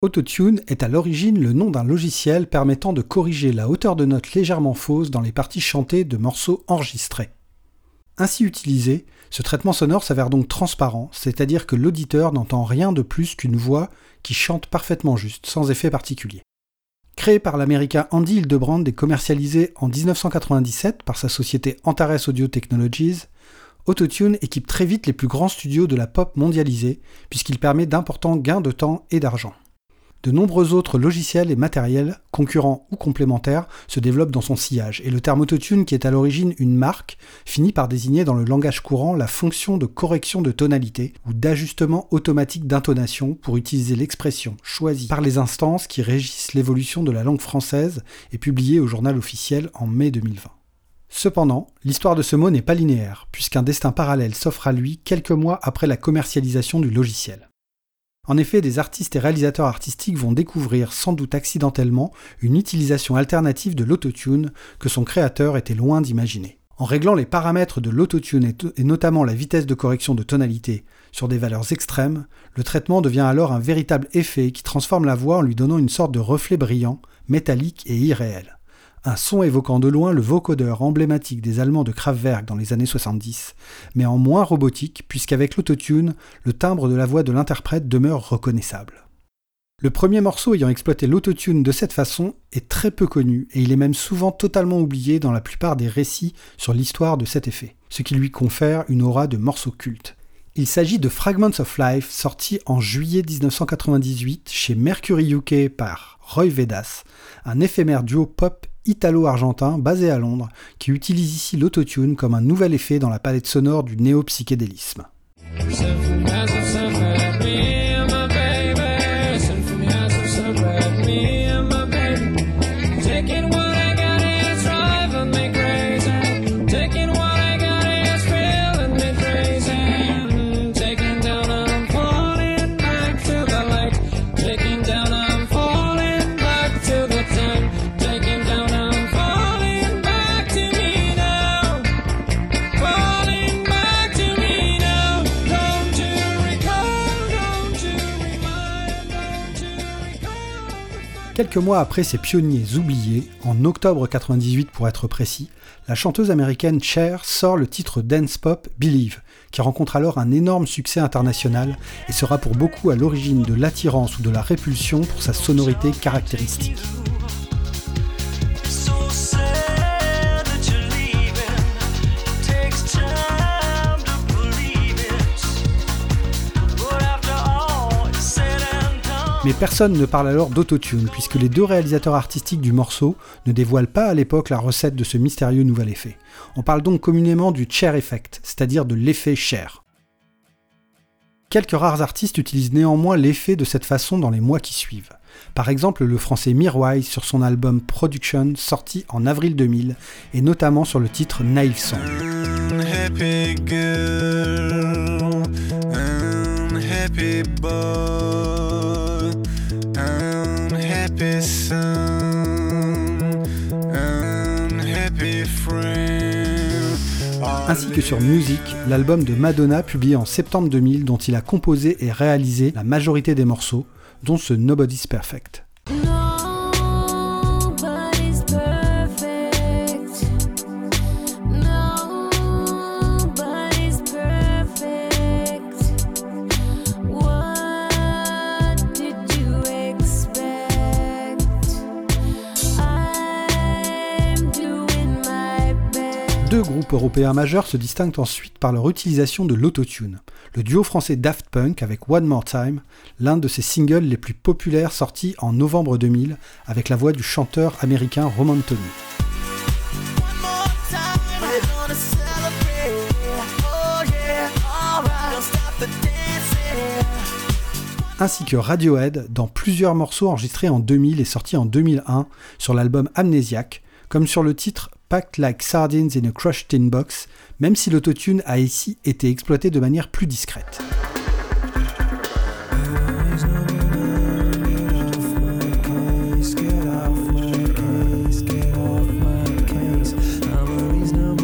Autotune est à l'origine le nom d'un logiciel permettant de corriger la hauteur de notes légèrement fausses dans les parties chantées de morceaux enregistrés. Ainsi utilisé, ce traitement sonore s'avère donc transparent, c'est-à-dire que l'auditeur n'entend rien de plus qu'une voix qui chante parfaitement juste, sans effet particulier. Créé par l'américain Andy Hildebrand et commercialisé en 1997 par sa société Antares Audio Technologies, Autotune équipe très vite les plus grands studios de la pop mondialisée, puisqu'il permet d'importants gains de temps et d'argent. De nombreux autres logiciels et matériels, concurrents ou complémentaires, se développent dans son sillage, et le terme autotune, qui est à l'origine une marque, finit par désigner dans le langage courant la fonction de correction de tonalité ou d'ajustement automatique d'intonation pour utiliser l'expression choisie par les instances qui régissent l'évolution de la langue française et publiée au journal officiel en mai 2020. Cependant, l'histoire de ce mot n'est pas linéaire, puisqu'un destin parallèle s'offre à lui quelques mois après la commercialisation du logiciel. En effet, des artistes et réalisateurs artistiques vont découvrir, sans doute accidentellement, une utilisation alternative de l'autotune que son créateur était loin d'imaginer. En réglant les paramètres de l'autotune et notamment la vitesse de correction de tonalité sur des valeurs extrêmes, le traitement devient alors un véritable effet qui transforme la voix en lui donnant une sorte de reflet brillant, métallique et irréel. Un son évoquant de loin le vocodeur emblématique des Allemands de Kraftwerk dans les années 70, mais en moins robotique, puisqu'avec l'autotune, le timbre de la voix de l'interprète demeure reconnaissable. Le premier morceau ayant exploité l'autotune de cette façon est très peu connu, et il est même souvent totalement oublié dans la plupart des récits sur l'histoire de cet effet, ce qui lui confère une aura de morceau culte. Il s'agit de Fragments of Life, sorti en juillet 1998 chez Mercury UK par Roy Vedas, un éphémère duo pop italo-argentin basé à Londres qui utilise ici l'autotune comme un nouvel effet dans la palette sonore du néo-psychédélisme. Quelques mois après ces pionniers oubliés, en octobre 98 pour être précis, la chanteuse américaine Cher sort le titre dance pop Believe, qui rencontre alors un énorme succès international et sera pour beaucoup à l'origine de l'attirance ou de la répulsion pour sa sonorité caractéristique. Mais personne ne parle alors d'autotune, puisque les deux réalisateurs artistiques du morceau ne dévoilent pas à l'époque la recette de ce mystérieux nouvel effet. On parle donc communément du Cher Effect, c'est-à-dire de l'effet Cher. Quelques rares artistes utilisent néanmoins l'effet de cette façon dans les mois qui suivent. Par exemple le français Mirwais sur son album Production sorti en avril 2000, et notamment sur le titre Naive Song. Unhappy girl, unhappy boy, unhappy son, unhappy friend. Ainsi que sur Music, l'album de Madonna publié en septembre 2000 dont il a composé et réalisé la majorité des morceaux, dont ce Nobody's Perfect. Deux groupes européens majeurs se distinguent ensuite par leur utilisation de l'autotune. Le duo français Daft Punk avec One More Time, l'un de ses singles les plus populaires sortis en novembre 2000 avec la voix du chanteur américain Roman Tony. Ainsi que Radiohead dans plusieurs morceaux enregistrés en 2000 et sortis en 2001 sur l'album Amnesiac, comme sur le titre Packed Like Sardines in a Crushed Tin Box, même si l'autotune a ici été exploité de manière plus discrète.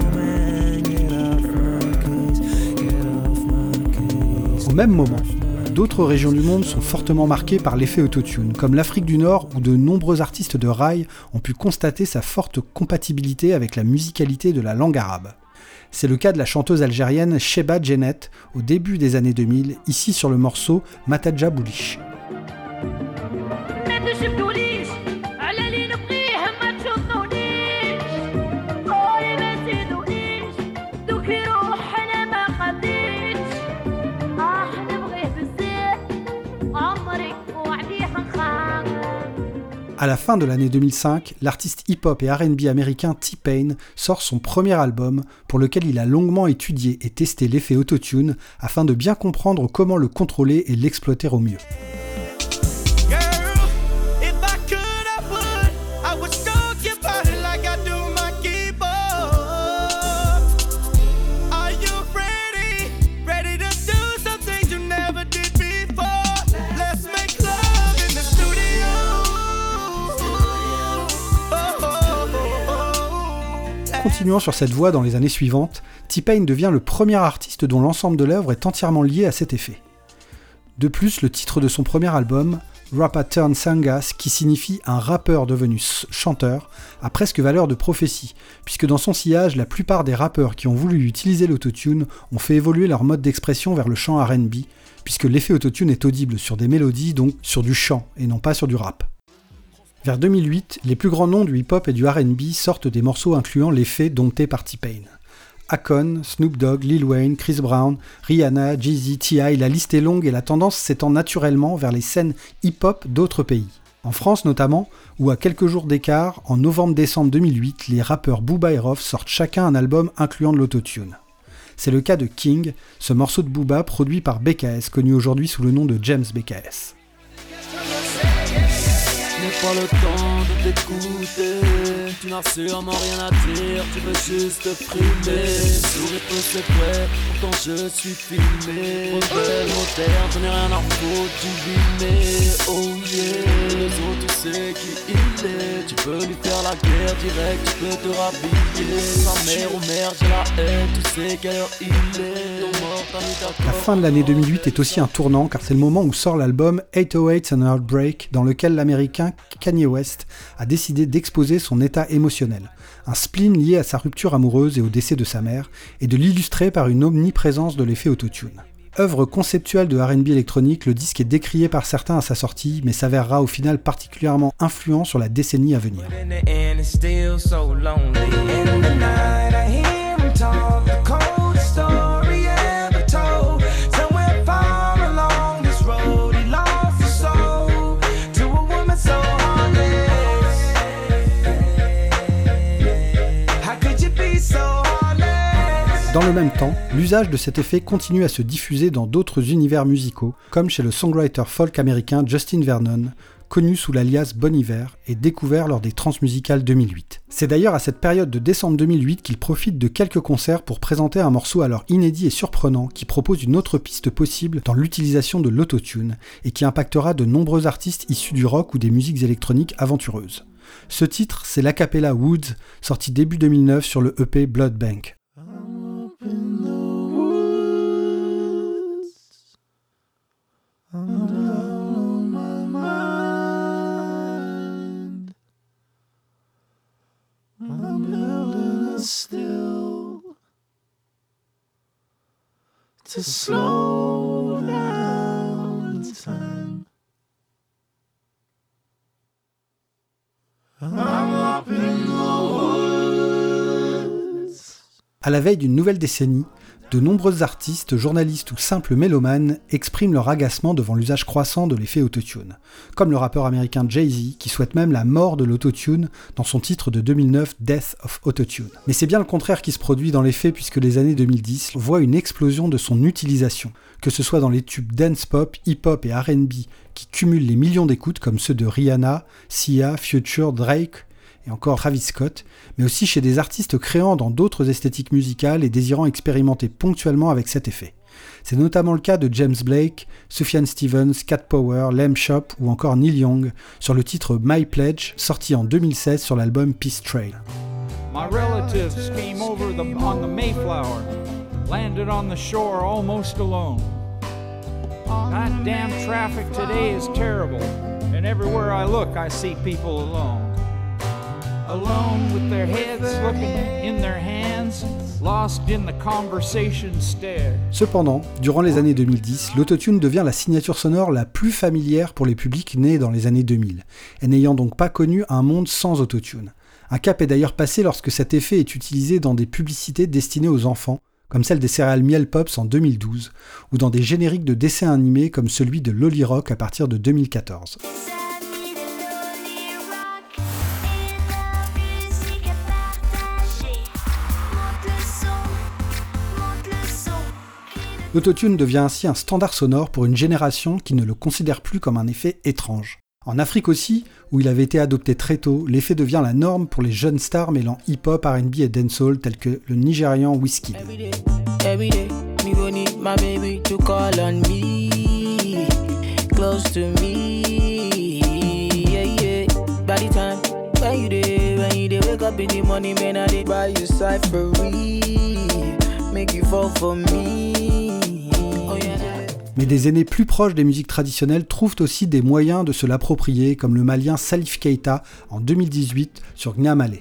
Au même moment, D'autres régions du monde sont fortement marquées par l'effet autotune, comme l'Afrique du Nord où de nombreux artistes de raï ont pu constater sa forte compatibilité avec la musicalité de la langue arabe. C'est le cas de la chanteuse algérienne Cheba Djennet au début des années 2000, ici sur le morceau Matadja Boulich. À la fin de l'année 2005, l'artiste hip-hop et R&B américain T-Pain sort son premier album pour lequel il a longuement étudié et testé l'effet autotune afin de bien comprendre comment le contrôler et l'exploiter au mieux. Continuant sur cette voie dans les années suivantes, T-Pain devient le premier artiste dont l'ensemble de l'œuvre est entièrement lié à cet effet. De plus, le titre de son premier album, Rapper Turned Sangas, qui signifie un rappeur devenu chanteur, a presque valeur de prophétie, puisque dans son sillage, la plupart des rappeurs qui ont voulu utiliser l'autotune ont fait évoluer leur mode d'expression vers le chant R&B, puisque l'effet autotune est audible sur des mélodies, donc sur du chant, et non pas sur du rap. Vers 2008, les plus grands noms du hip-hop et du R&B sortent des morceaux incluant l'effet dompté par T-Pain. Akon, Snoop Dogg, Lil Wayne, Chris Brown, Rihanna, Jay-Z, T.I., la liste est longue et la tendance s'étend naturellement vers les scènes hip-hop d'autres pays. En France notamment, où à quelques jours d'écart, en novembre-décembre 2008, les rappeurs Booba et Rof sortent chacun un album incluant de l'autotune. C'est le cas de King, ce morceau de Booba produit par BKS, connu aujourd'hui sous le nom de James BKS. Pas le temps de t'écouter, tu n'as sûrement rien à dire, tu veux juste frimer. Sourire peu c'est vrai, pourtant je suis filmé. Modèle moderne, je n'ai rien à foutre du bimé. Oh yeah, les autres tu sais qui il est. Tu peux lui faire la guerre direct, tu peux te rhabiller. Sa mère ou mère, j'ai la haine, tu sais quelle heure il est. La fin de l'année 2008 est aussi un tournant car c'est le moment où sort l'album 808 and Heartbreak dans lequel l'américain Kanye West a décidé d'exposer son état émotionnel, un spleen lié à sa rupture amoureuse et au décès de sa mère, et de l'illustrer par une omniprésence de l'effet autotune. Œuvre conceptuelle de R&B électronique, le disque est décrié par certains à sa sortie, mais s'avérera au final particulièrement influent sur la décennie à venir. Dans le même temps, l'usage de cet effet continue à se diffuser dans d'autres univers musicaux, comme chez le songwriter folk américain Justin Vernon, connu sous l'alias Bon Iver et découvert lors des Transmusicales 2008. C'est d'ailleurs à cette période de décembre 2008 qu'il profite de quelques concerts pour présenter un morceau alors inédit et surprenant qui propose une autre piste possible dans l'utilisation de l'autotune et qui impactera de nombreux artistes issus du rock ou des musiques électroniques aventureuses. Ce titre, c'est l'Acapella Woods, sorti début 2009 sur le EP Blood Bank. In the woods, I'm down on my mind. I'm building a still to slow down time. I'm up in the woods. À la veille d'une nouvelle décennie, de nombreux artistes, journalistes ou simples mélomanes expriment leur agacement devant l'usage croissant de l'effet autotune, comme le rappeur américain Jay-Z qui souhaite même la mort de l'autotune dans son titre de 2009 Death of Autotune. Mais c'est bien le contraire qui se produit dans les faits puisque les années 2010 voient une explosion de son utilisation, que ce soit dans les tubes dance pop, hip-hop et R&B qui cumulent les millions d'écoutes comme ceux de Rihanna, Sia, Future, Drake, et encore Travis Scott, mais aussi chez des artistes créant dans d'autres esthétiques musicales et désirant expérimenter ponctuellement avec cet effet. C'est notamment le cas de James Blake, Sufjan Stevens, Cat Power, Lem Shop ou encore Neil Young sur le titre My Pledge, sorti en 2016 sur l'album Peace Trail. My relatives came over on the Mayflower, landed on the shore almost alone. That damn traffic today is terrible. And everywhere I look, I see people alone. Alone with their heads looking in their hands, lost in the conversation stare. Cependant, durant les années 2010, l'autotune devient la signature sonore la plus familière pour les publics nés dans les années 2000, et n'ayant donc pas connu un monde sans autotune. Un cap est d'ailleurs passé lorsque cet effet est utilisé dans des publicités destinées aux enfants, comme celle des céréales Miel Pops en 2012, ou dans des génériques de dessins animés comme celui de Lolly Rock à partir de 2014. L'autotune devient ainsi un standard sonore pour une génération qui ne le considère plus comme un effet étrange. En Afrique aussi, où il avait été adopté très tôt, l'effet devient la norme pour les jeunes stars mêlant hip-hop, R&B et dancehall tels que le Nigérian Wizkid. Mais des aînés plus proches des musiques traditionnelles trouvent aussi des moyens de se l'approprier, comme le Malien Salif Keita en 2018 sur Gnamale.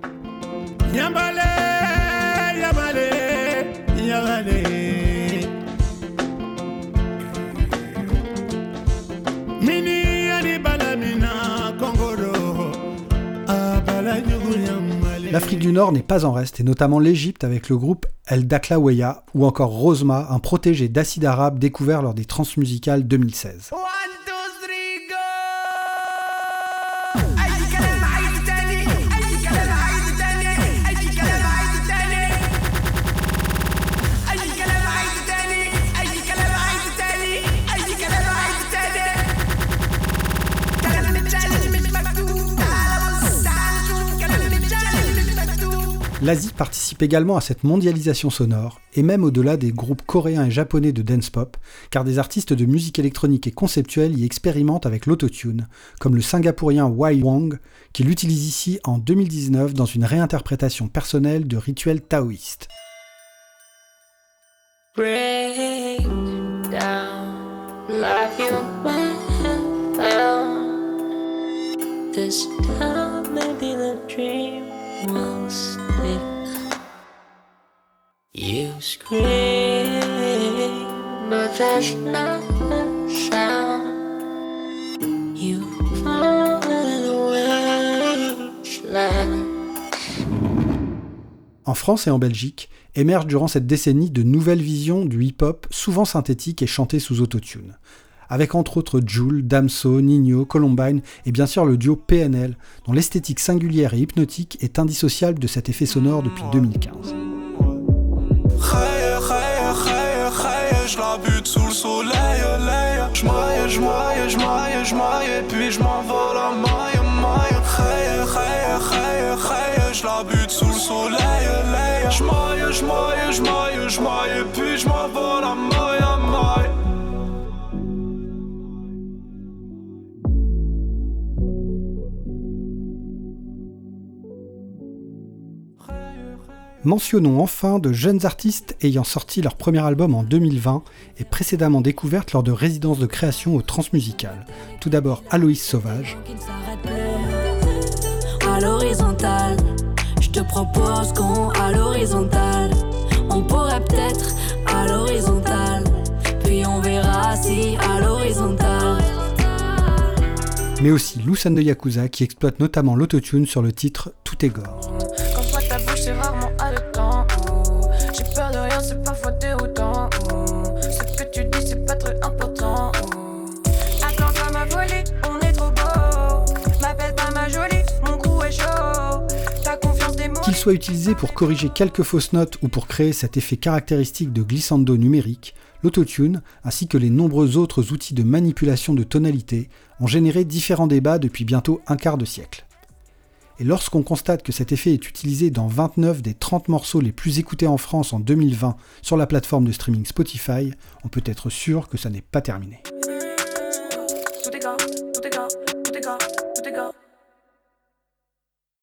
L'Afrique du Nord n'est pas en reste, et notamment l'Égypte avec le groupe El Daklaweya ou encore Rosma, un protégé d'acide arabe découvert lors des Transmusicales 2016. L'Asie participe également à cette mondialisation sonore, et même au-delà des groupes coréens et japonais de dance pop, car des artistes de musique électronique et conceptuelle y expérimentent avec l'autotune, comme le singapourien Wai Wong, qui l'utilise ici en 2019 dans une réinterprétation personnelle de rituels taoïstes. Break down like you will. This time maybe the dream will stick. You scream, but there's not a sound. You fall in the wasteland. En France et en Belgique, émergent durant cette décennie de nouvelles visions du hip-hop, souvent synthétiques et chantées sous autotune, avec entre autres Jul, Damso, Ninho, Columbine et bien sûr le duo PNL, dont l'esthétique singulière et hypnotique est indissociable de cet effet sonore depuis 2015. Je la bute sous le soleil, je maille, puis je m'envole à maille. Je la bute sous le soleil, je maille, puis je m'envole à maille. Mentionnons enfin de jeunes artistes ayant sorti leur premier album en 2020 et précédemment découvertes lors de résidences de création au Transmusicales. Tout d'abord Aloïs Sauvage. À l'horizontale, je te propose qu'on à l'horizontale. On pourrait peut-être à l'horizontale, puis on verra si à l'horizontale. Mais aussi Loussane de Yakuza qui exploite notamment l'autotune sur le titre Tout est gore. Quand je vois ta bouche, c'est rarement haletant. J'ai peur de rien, c'est parfois déroutant. Ce que tu dis, c'est pas très important. Attends-toi ma folie, on est trop beau. M'appelle pas ma jolie, mon cou est chaud. Ta confiance des mots. Qu'il soit utilisé pour corriger quelques fausses notes ou pour créer cet effet caractéristique de glissando numérique, l'autotune, ainsi que les nombreux autres outils de manipulation de tonalité, ont généré différents débats depuis bientôt un quart de siècle. Et lorsqu'on constate que cet effet est utilisé dans 29 des 30 morceaux les plus écoutés en France en 2020 sur la plateforme de streaming Spotify, on peut être sûr que ça n'est pas terminé. Tout est gars, tout est gars, tout est gars, tout est gars.